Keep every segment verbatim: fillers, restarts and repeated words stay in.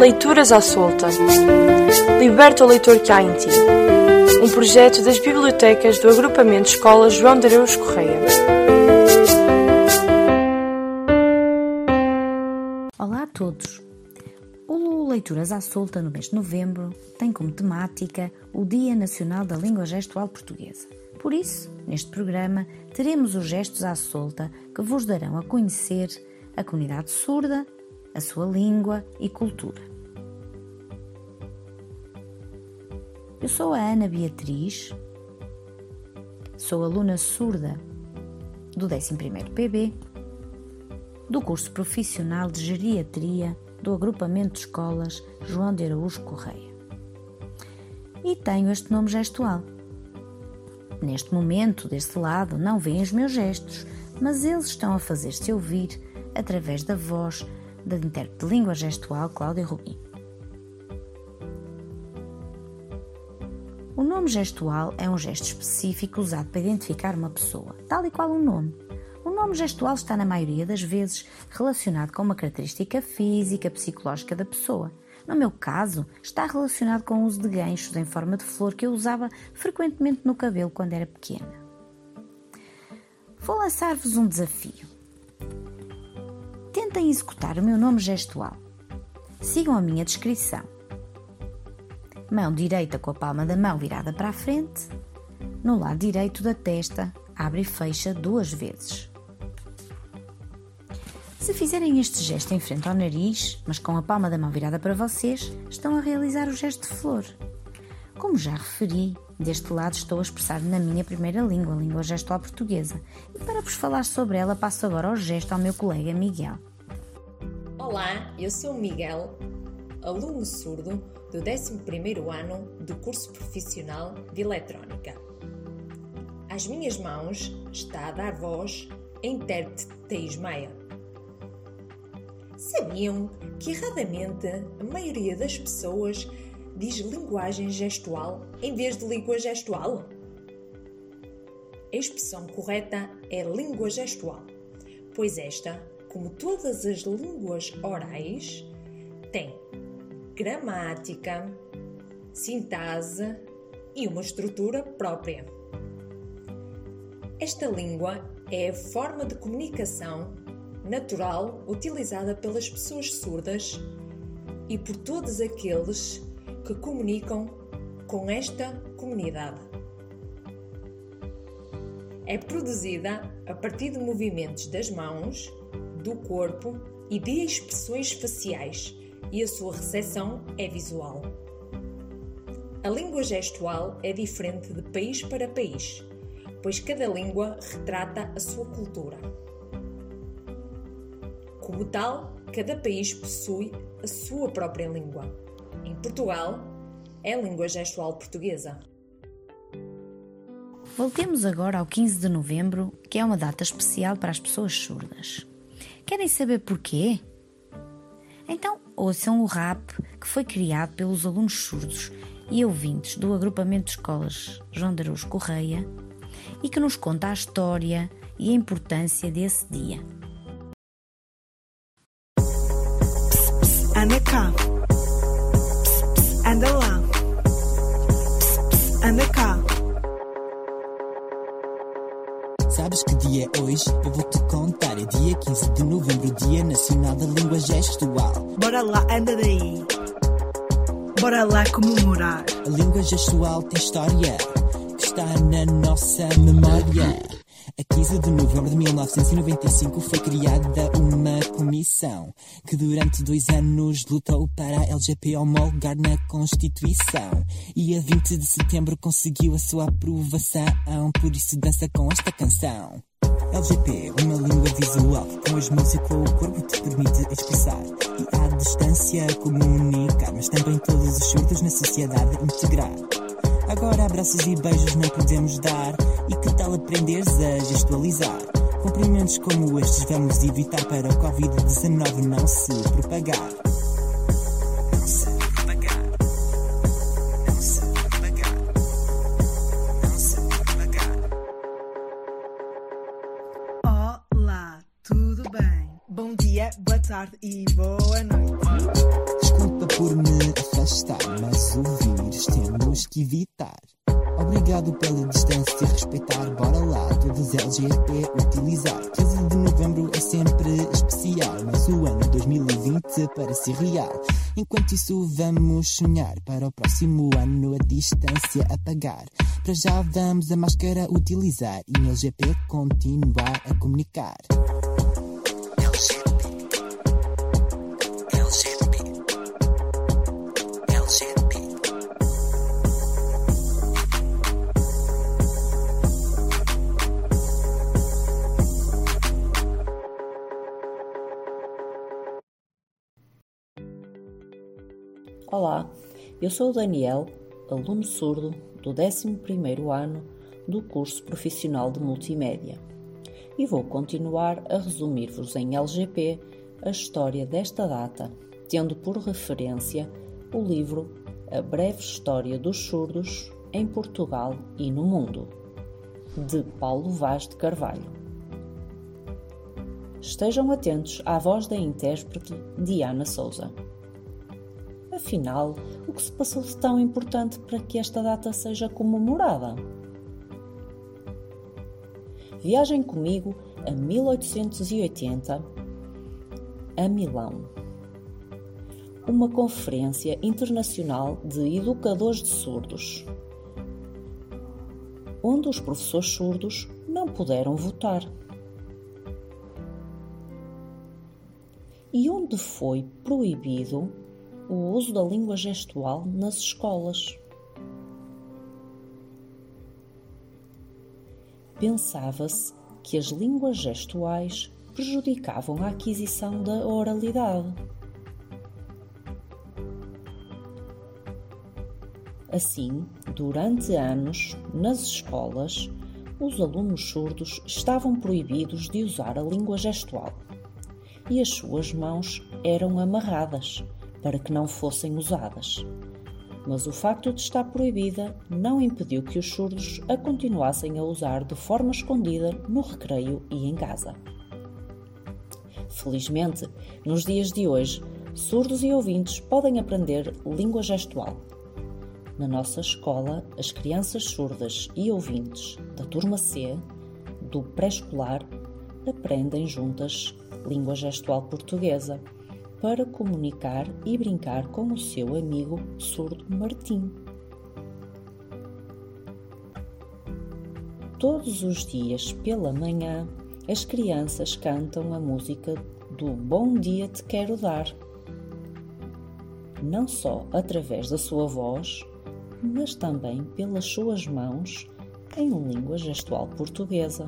Leituras à Solta. Liberta o leitor que há em ti. Um projeto das bibliotecas do Agrupamento Escola João de Araújo Correia. Olá a todos. O Leituras à Solta no mês de novembro tem como temática o Dia Nacional da Língua Gestual Portuguesa. Por isso, neste programa, teremos os gestos à solta que vos darão a conhecer a comunidade surda, a sua língua e cultura. Eu sou a Ana Beatriz, sou aluna surda do décimo primeiro P B, do curso profissional de Geriatria do Agrupamento de Escolas João de Araújo Correia. E tenho este nome gestual. Neste momento, deste lado, não veem os meus gestos, mas eles estão a fazer-se ouvir através da voz da intérprete de língua gestual Cláudia Rubim. O nome gestual é um gesto específico usado para identificar uma pessoa, tal e qual um nome. O nome gestual está, na maioria das vezes, relacionado com uma característica física, psicológica da pessoa. No meu caso, está relacionado com o uso de ganchos em forma de flor que eu usava frequentemente no cabelo quando era pequena. Vou lançar-vos um desafio. Tentem executar o meu nome gestual. Sigam a minha descrição. Mão direita com a palma da mão virada para a frente. No lado direito da testa, abre e fecha duas vezes. Se fizerem este gesto em frente ao nariz, mas com a palma da mão virada para vocês, estão a realizar o gesto de flor. Como já referi, deste lado estou a expressar na minha primeira língua, a língua gestual portuguesa. E para vos falar sobre ela, passo agora ao gesto ao meu colega Miguel. Olá, eu sou o Miguel, aluno surdo do décimo primeiro ano do curso profissional de Eletrónica. Às minhas mãos está a dar voz a intérprete Thaís Maia. Sabiam que erradamente a maioria das pessoas diz linguagem gestual em vez de língua gestual? A expressão correta é língua gestual, pois esta, como todas as línguas orais, tem gramática, sintase e uma estrutura própria. Esta língua é a forma de comunicação natural utilizada pelas pessoas surdas e por todos aqueles que comunicam com esta comunidade. É produzida a partir de movimentos das mãos, do corpo e de expressões faciais, e a sua recepção é visual. A língua gestual é diferente de país para país, pois cada língua retrata a sua cultura. Como tal, cada país possui a sua própria língua. Em Portugal, é a língua gestual portuguesa. Voltemos agora ao quinze de novembro, que é uma data especial para as pessoas surdas. Querem saber porquê? Então, ouçam o rap que foi criado pelos alunos surdos e ouvintes do Agrupamento de Escolas João de Araújo Correia e que nos conta a história e a importância desse dia. Anda cá, pss, pss, anda lá, pss, pss, anda cá. Sabes que dia é hoje? Eu vou-te contar. É dia quinze de novembro, Dia Nacional da Língua Gestual. Bora lá, anda daí. Bora lá comemorar. A língua gestual tem história que está na nossa memória. A quinze de novembro de mil novecentos e noventa e cinco foi criada uma comissão que durante dois anos lutou para a L G P homologar na Constituição. E a vinte de setembro conseguiu a sua aprovação, por isso dança com esta canção. L G P, uma língua visual que com as mãos e com o corpo te permite expressar e à distância comunicar, mas também todos os surdos na sociedade integrar. Agora abraços e beijos não podemos dar. E que tal aprenderes a gestualizar? Cumprimentos como estes vamos evitar para o covid dezenove não se propagar. Não se propagar. Não se propagar. Não se propagar. Olá, tudo bem? Bom dia, boa tarde e boa noite. Desculpa por me afastar, mas o vírus temos que evitar. Obrigado pela distância respeitar, bora lá, todos L G P utilizar. quinze de novembro é sempre especial, mas o ano dois mil e vinte parece real. Enquanto isso vamos sonhar, para o próximo ano a distância apagar. Para já vamos a máscara utilizar e L G P continuar a comunicar. L G P L G P L G P Olá, eu sou o Daniel, aluno surdo do décimo primeiro ano do curso profissional de multimédia, e vou continuar a resumir-vos em L G P a história desta data, tendo por referência o livro A Breve História dos Surdos em Portugal e no Mundo, de Paulo Vaz de Carvalho. Estejam atentos à voz da intérprete Diana Souza. Afinal, o que se passou de tão importante para que esta data seja comemorada? Viajem comigo a mil oitocentos e oitenta, a Milão. Uma conferência internacional de educadores de surdos, onde os professores surdos não puderam votar. E onde foi proibido o uso da língua gestual nas escolas. Pensava-se que as línguas gestuais prejudicavam a aquisição da oralidade. Assim, durante anos, nas escolas, os alunos surdos estavam proibidos de usar a língua gestual e as suas mãos eram amarradas para que não fossem usadas. Mas o facto de estar proibida não impediu que os surdos a continuassem a usar de forma escondida no recreio e em casa. Felizmente, nos dias de hoje, surdos e ouvintes podem aprender língua gestual. Na nossa escola, as crianças surdas e ouvintes da turma C, do pré-escolar, aprendem juntas língua gestual portuguesa, para comunicar e brincar com o seu amigo surdo Martim. Todos os dias pela manhã, as crianças cantam a música do Bom Dia Te Quero Dar, não só através da sua voz, mas também pelas suas mãos em língua gestual portuguesa.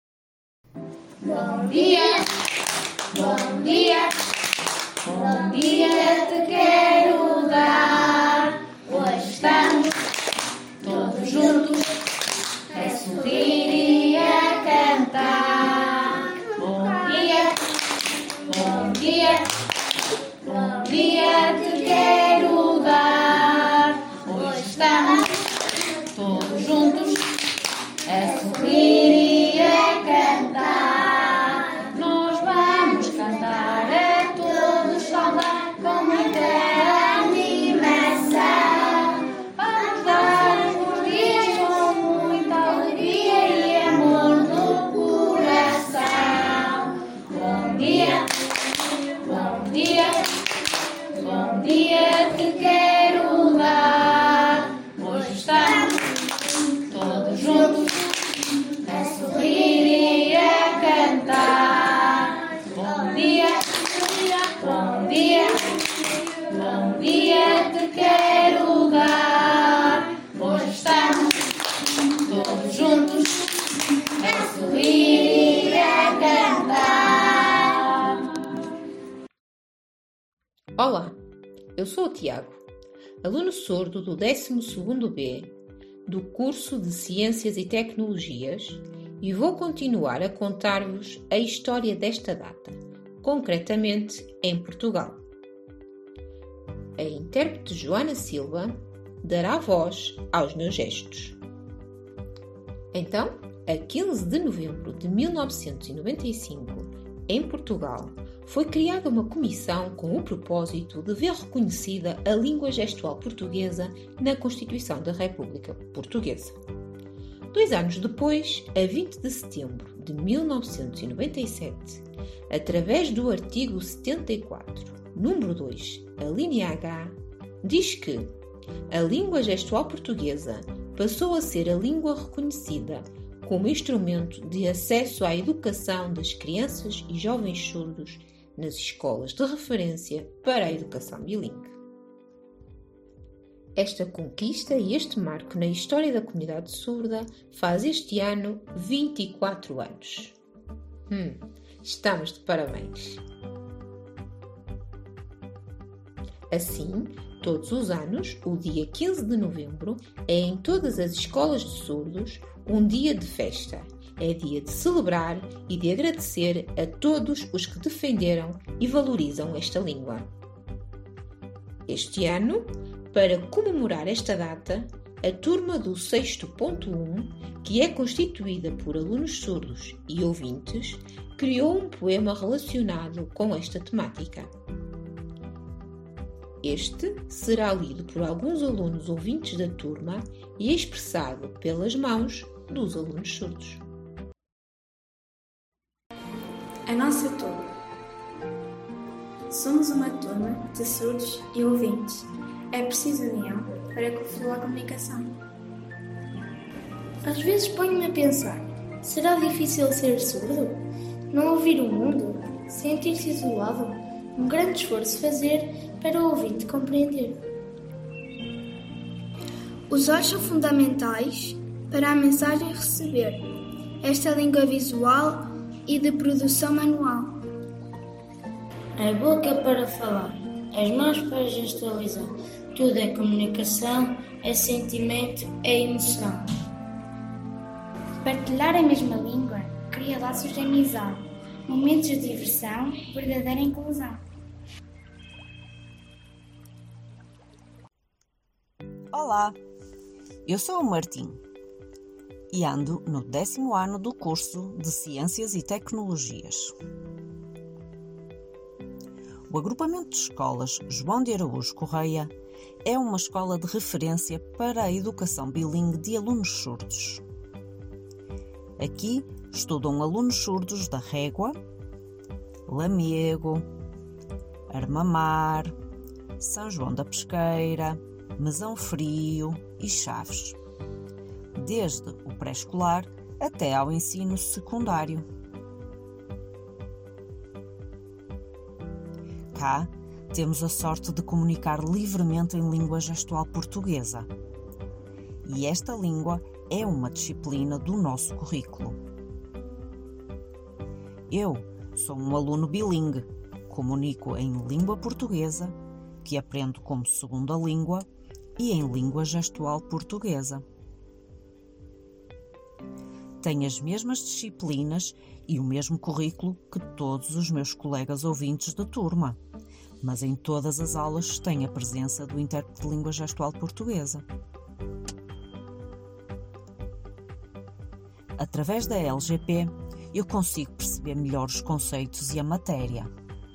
Bom dia, bom dia. Bom dia te quero dar, hoje estamos todos juntos a sorrir e a cantar. Bom dia, bom dia, bom dia te quero dar, hoje estamos todos juntos a sorrir e a cantar. Nós vamos cantar a todos saudar com muita animação. Vamos dar os dias com muita alegria e amor no coração. Bom dia, bom dia, bom dia te quero dar. Hoje estamos todos juntos a sorrir e a cantar. Bom dia, bom dia, bom dia te quero dar. Hoje estamos todos juntos a sorrir e a cantar. Olá, eu sou o Tiago, aluno surdo do décimo segundo B do curso de Ciências e Tecnologias, e vou continuar a contar-vos a história desta data, concretamente em Portugal. A intérprete Joana Silva dará voz aos meus gestos. Então, a quinze de novembro de mil novecentos e noventa e cinco, em Portugal, foi criada uma comissão com o propósito de ver reconhecida a língua gestual portuguesa na Constituição da República Portuguesa. Dois anos depois, a vinte de setembro de mil novecentos e noventa e sete, através do artigo setenta e quatro, número dois, a linha H, diz que a língua gestual portuguesa passou a ser a língua reconhecida como instrumento de acesso à educação das crianças e jovens surdos nas escolas de referência para a educação bilingue. Esta conquista e este marco na história da comunidade surda faz este ano vinte e quatro anos. Hum, estamos de parabéns! Assim, todos os anos, o dia quinze de novembro é em todas as escolas de surdos um dia de festa. É dia de celebrar e de agradecer a todos os que defenderam e valorizam esta língua. Este ano, para comemorar esta data, a turma do sexto ponto um, que é constituída por alunos surdos e ouvintes, criou um poema relacionado com esta temática. Este será lido por alguns alunos ouvintes da turma e expressado pelas mãos dos alunos surdos. A nossa turma. Somos uma turma de surdos e ouvintes. É preciso união para que flua a comunicação. Às vezes ponho-me a pensar, será difícil ser surdo? Não ouvir o mundo? Sentir-se isolado? Um grande esforço fazer para o ouvinte compreender. Os olhos são fundamentais para a mensagem receber. Esta língua visual e de produção manual. A boca para falar, as mãos para gestualizar. Tudo é comunicação, é sentimento, é emoção. Partilhar a mesma língua cria laços de amizade, momentos de diversão, verdadeira inclusão. Olá, eu sou o Martim e ando no décimo ano do curso de Ciências e Tecnologias. O agrupamento de escolas João de Araújo Correia é uma escola de referência para a educação bilingue de alunos surdos. Aqui estudam alunos surdos da Régua, Lamego, Armamar, São João da Pesqueira, Mesão Frio e Chaves, desde o pré-escolar até ao ensino secundário. Cá temos a sorte de comunicar livremente em língua gestual portuguesa. E esta língua é uma disciplina do nosso currículo. Eu sou um aluno bilingue, comunico em língua portuguesa, que aprendo como segunda língua, e em língua gestual portuguesa. Tenho as mesmas disciplinas e o mesmo currículo que todos os meus colegas ouvintes de turma, mas em todas as aulas tenho a presença do intérprete de língua gestual portuguesa. Através da L G P, eu consigo perceber melhor os conceitos e a matéria.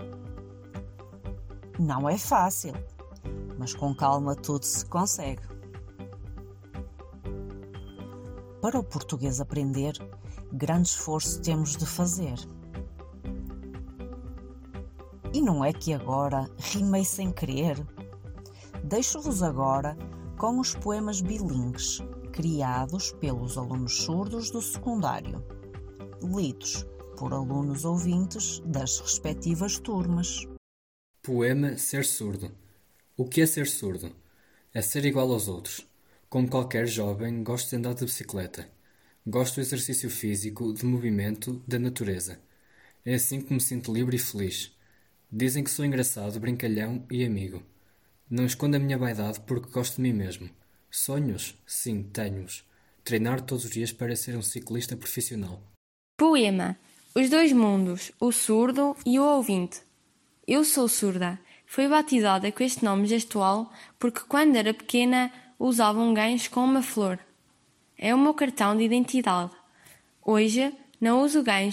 Não é fácil, mas com calma tudo se consegue. Para o português aprender, grande esforço temos de fazer. E não é que agora rimei sem querer? Deixo-vos agora com os poemas bilingues, criados pelos alunos surdos do secundário, lidos por alunos ouvintes das respectivas turmas. Poema Ser Surdo. O que é ser surdo? É ser igual aos outros. Como qualquer jovem, gosto de andar de bicicleta. Gosto do exercício físico, de movimento, da natureza. É assim que me sinto livre e feliz. Dizem que sou engraçado, brincalhão e amigo. Não escondo a minha vaidade porque gosto de mim mesmo. Sonhos? Sim, tenho-os. Treinar todos os dias para ser um ciclista profissional. Poema. Os dois mundos, o surdo e o ouvinte. Eu sou surda. Fui batizada com este nome gestual porque quando era pequena usava um gancho com uma flor. É o meu cartão de identidade. Hoje não uso gancho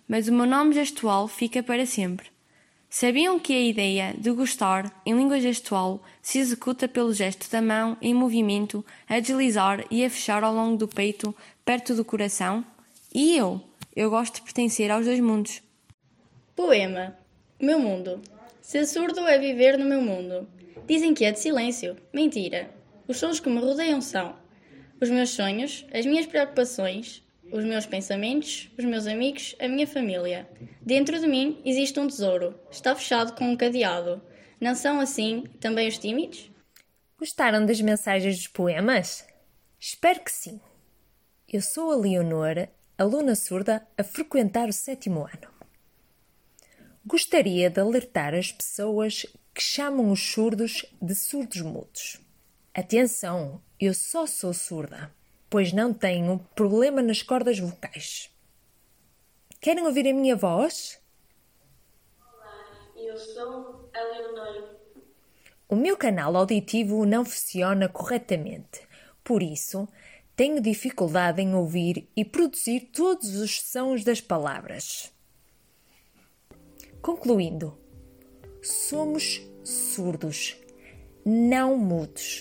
mas o meu nome gestual fica para sempre. Sabiam que a ideia de gostar em língua gestual se executa pelo gesto da mão em movimento a deslizar e a fechar ao longo do peito, perto do coração? E eu? Eu gosto de pertencer aos dois mundos. Poema. Meu mundo. Ser surdo é viver no meu mundo. Dizem que é de silêncio. Mentira. Os sons que me rodeiam são os meus sonhos, as minhas preocupações, os meus pensamentos, os meus amigos, a minha família. Dentro de mim existe um tesouro. Está fechado com um cadeado. Não são assim também os tímidos? Gostaram das mensagens dos poemas? Espero que sim. Eu sou a Leonora, aluna surda a frequentar o sétimo ano. Gostaria de alertar as pessoas que chamam os surdos de surdos mudos. Atenção, eu só sou surda, pois não tenho problema nas cordas vocais. Querem ouvir a minha voz? Olá, eu sou a Leonora. O meu canal auditivo não funciona corretamente, por isso tenho dificuldade em ouvir e produzir todos os sons das palavras. Concluindo, somos surdos, não mudos.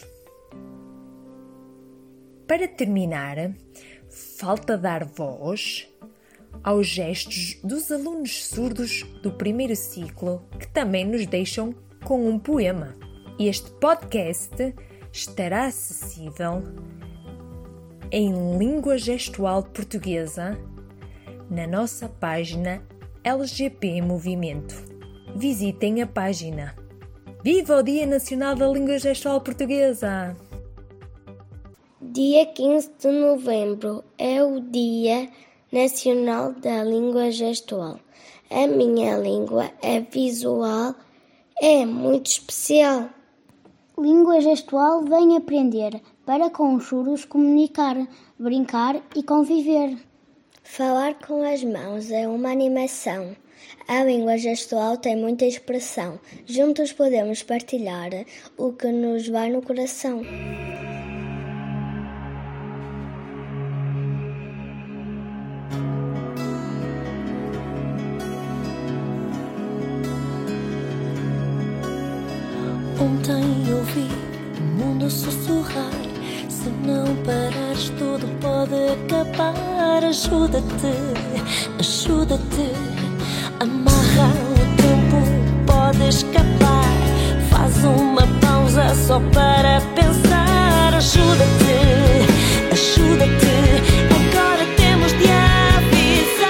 Para terminar, falta dar voz aos gestos dos alunos surdos do primeiro ciclo, que também nos deixam com um poema. Este podcast estará acessível em língua gestual portuguesa na nossa página L G P Movimento. Visitem a página. Viva o Dia Nacional da Língua Gestual Portuguesa! Dia quinze de novembro é o Dia Nacional da Língua Gestual. A minha língua é visual, é muito especial. Língua gestual vem aprender para com os surdos comunicar, brincar e conviver. Falar com as mãos é uma animação. A língua gestual tem muita expressão. Juntos podemos partilhar o que nos vai no coração. Ontem ouvi o mundo sussurrar: se não parares tudo pode acabar. Ajuda-te, ajuda-te, amarra o tempo, pode escapar. Faz uma pausa só para pensar. Ajuda-te, ajuda-te, agora temos de avisar.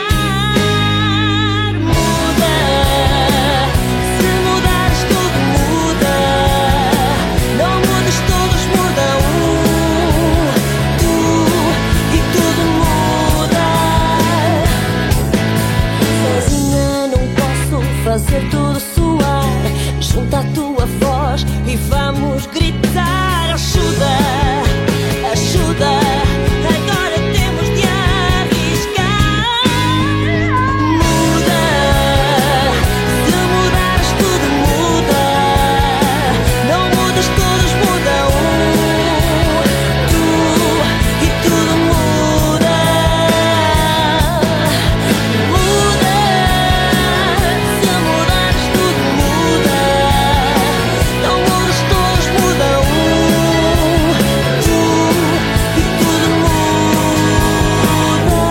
Muda, se mudares tudo muda. Não mudes, todos mudam. Tu e tudo muda. Sozinha não posso fazer tudo soar. Junta a tua voz e vamos gritar. Ajuda, ajuda, agora temos de arriscar. Muda, se mudares tudo muda. Não mudas, todos mudam. Tu e tudo muda. Muda, se mudares tudo muda. Não mudas, todos mudam. Tu e tudo muda.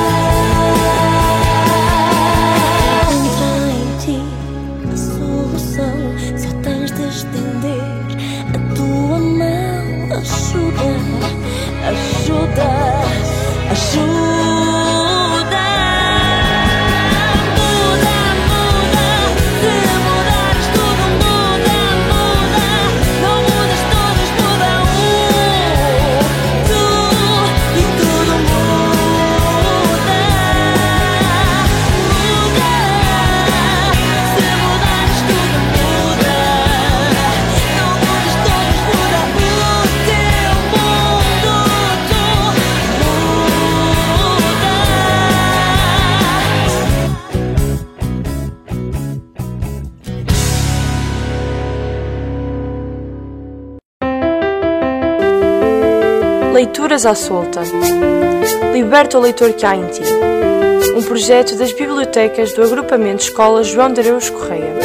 Entra em ti a solução. Só tens de estender a tua mão. Ajuda, ajuda, ajuda. Muda, muda, se mudares tudo muda, muda. Não mudas, todos mudam. Tu e tudo muda. Muda, se mudares tudo muda. Não mudas, todos mudam. O teu mundo, Leituras à solta. Liberta o leitor que há em ti. um projeto das bibliotecas do Agrupamento Escola João de Araújo Correia.